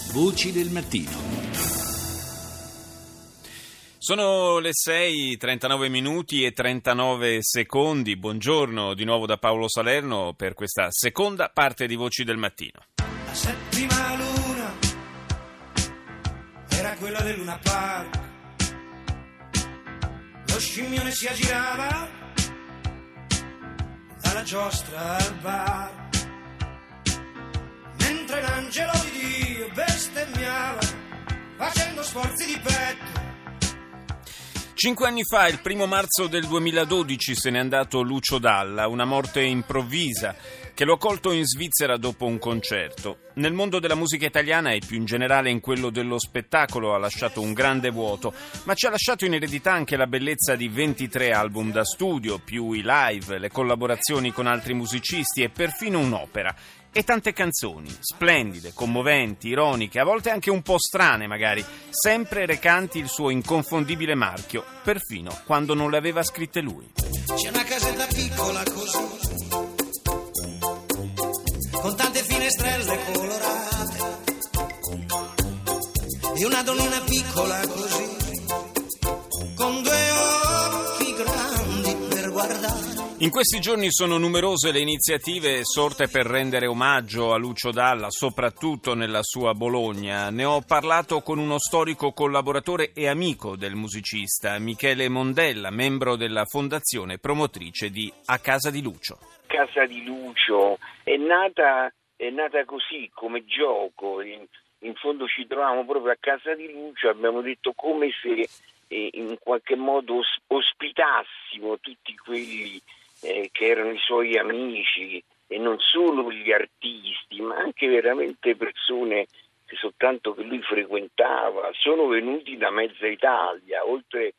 Voci del mattino. Sono le 6:39 minuti e 39 secondi. Buongiorno di nuovo da Paolo Salerno per questa seconda parte di Voci del Mattino. La settima luna era quella del Luna Park. Lo scimmione si aggirava dalla giostra al bar, mentre l'angelo di Dio bestemmiava facendo sforzi di petto. 5 anni fa, il 1 marzo del 2012, se n'è andato Lucio Dalla, una morte improvvisa che lo ha colto in Svizzera dopo un concerto. Nel mondo della musica italiana e più in generale in quello dello spettacolo ha lasciato un grande vuoto, ma ci ha lasciato in eredità anche la bellezza di 23 album da studio, più i live, le collaborazioni con altri musicisti e perfino un'opera. E tante canzoni, splendide, commoventi, ironiche, a volte anche un po' strane magari, sempre recanti il suo inconfondibile marchio, perfino quando non le aveva scritte lui. C'è una casetta piccola così, con tante finestrelle colorate, e una donnina piccola così, con due occhi grandi per guardare. In questi giorni sono numerose le iniziative sorte per rendere omaggio a Lucio Dalla, soprattutto nella sua Bologna. Ne ho parlato con uno storico collaboratore e amico del musicista, Michele Mondella, membro della fondazione promotrice di A Casa di Lucio. Casa di Lucio è nata così, come gioco. In fondo ci trovavamo proprio a Casa di Lucio, abbiamo detto come se in qualche modo ospitassimo tutti quelli che erano i suoi amici, e non solo gli artisti, ma anche veramente persone che soltanto che lui frequentava. Sono venuti da mezza Italia, oltre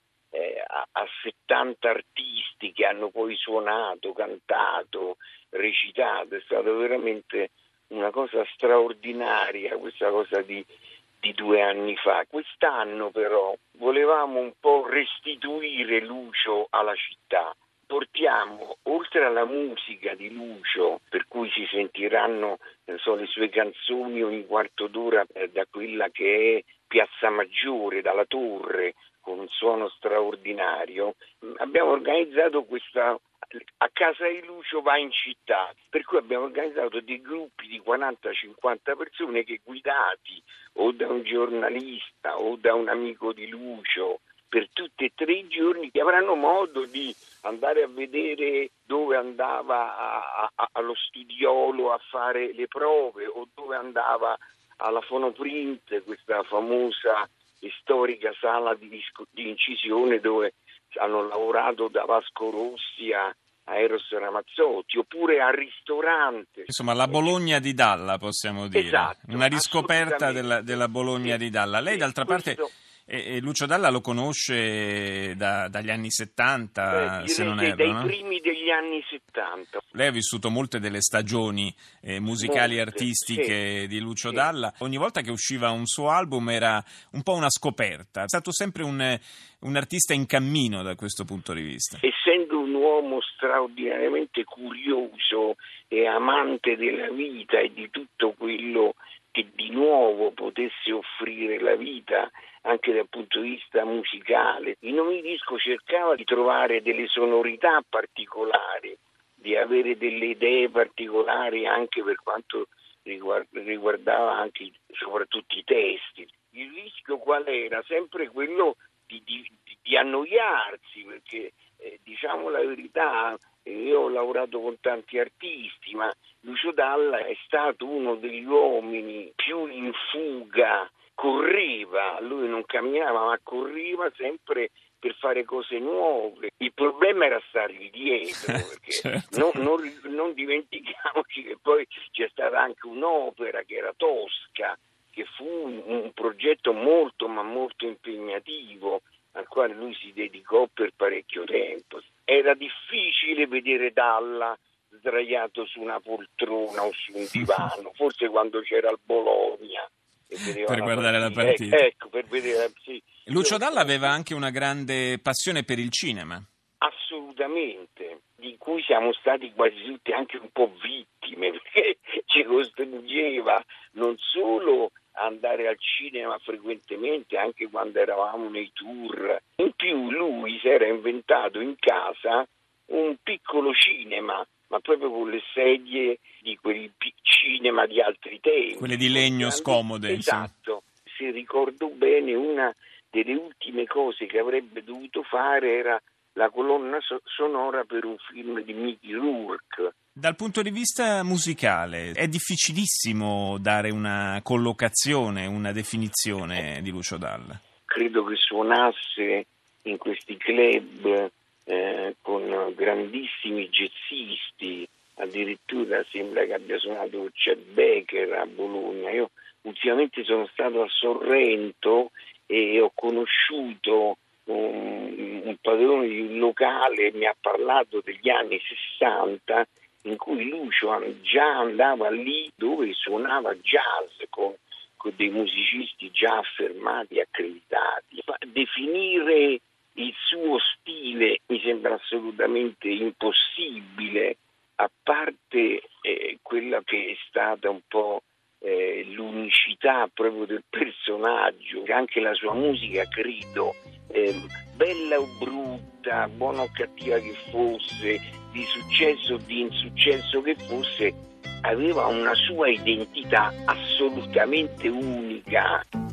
a 70 artisti che hanno poi suonato, cantato, recitato. È stata veramente una cosa straordinaria questa cosa di 2 anni fa. Quest'anno però volevamo un po' restituire Lucio alla città. Portiamo, oltre alla musica di Lucio, per cui si sentiranno le sue canzoni ogni quarto d'ora da quella che è Piazza Maggiore, dalla torre, con un suono straordinario, abbiamo organizzato questa A Casa di Lucio va in città, per cui abbiamo organizzato dei gruppi di 40-50 persone che, guidati o da un giornalista o da un amico di Lucio, per tutti e 3 i giorni, che avranno modo di andare a vedere dove andava allo studiolo a fare le prove, o dove andava alla Fonoprint, questa famosa e storica sala di incisione dove hanno lavorato da Vasco Rossi a Eros Ramazzotti, oppure al ristorante. Insomma, la Bologna di Dalla, possiamo dire. Esatto, una riscoperta della Bologna di Dalla. Lei, d'altra parte, Lucio Dalla lo conosce dagli anni 70, se non erro, dai no? primi degli anni 70. Lei ha vissuto molte delle stagioni musicali artistiche di Lucio Dalla. Ogni volta che usciva un suo album era un po' una scoperta. È stato sempre un artista in cammino da questo punto di vista. Essendo un uomo straordinariamente curioso e amante della vita e di tutto quello che di nuovo potesse offrire la vita, anche dal punto di vista musicale, in ogni disco cercava di trovare delle sonorità particolari, di avere delle idee particolari anche per quanto riguardava anche soprattutto i testi. Il rischio qual era? Sempre quello di annoiarsi, perché diciamo la verità, io ho lavorato con tanti artisti, ma Lucio Dalla è stato uno degli uomini più in fuga. Correva, lui non camminava ma correva sempre per fare cose nuove. Il problema era stargli dietro, perché certo. non dimentichiamoci che poi c'è stata anche un'opera che era Tosca, che fu un progetto molto ma molto impegnativo, al quale lui si dedicò per parecchio tempo. Era difficile vedere Dalla sdraiato su una poltrona o su un divano, forse quando c'era il Bologna. Per guardare la partita. Ecco, per vedere, sì. Lucio Dalla aveva anche una grande passione per il cinema. Assolutamente, di cui siamo stati quasi tutti anche un po' vittime, perché ci costringeva non solo a andare andare al cinema frequentemente, anche quando eravamo nei tour. In più lui si era inventato in casa un piccolo cinema, ma proprio con le sedie di quel cinema di altri tempi. Quelle di legno scomode. Esatto. Se ricordo bene, una delle ultime cose che avrebbe dovuto fare era la colonna sonora per un film di Mickey Rourke. Dal punto di vista musicale è difficilissimo dare una collocazione, una definizione di Lucio Dalla. Credo che suonasse in questi club con grandissimi jazzisti, addirittura sembra che abbia suonato Chet Baker a Bologna. Io ultimamente sono stato a Sorrento e ho conosciuto un padrone di un locale, mi ha parlato degli anni 60 in cui Lucio già andava lì dove suonava jazz con dei musicisti già affermati, accreditati. Definire il suo stile mi sembra assolutamente impossibile, a parte quella che è stata un po' l'unicità proprio del personaggio, anche la sua musica, credo, bella o brutta, buona o cattiva che fosse, di successo o di insuccesso che fosse, aveva una sua identità assolutamente unica.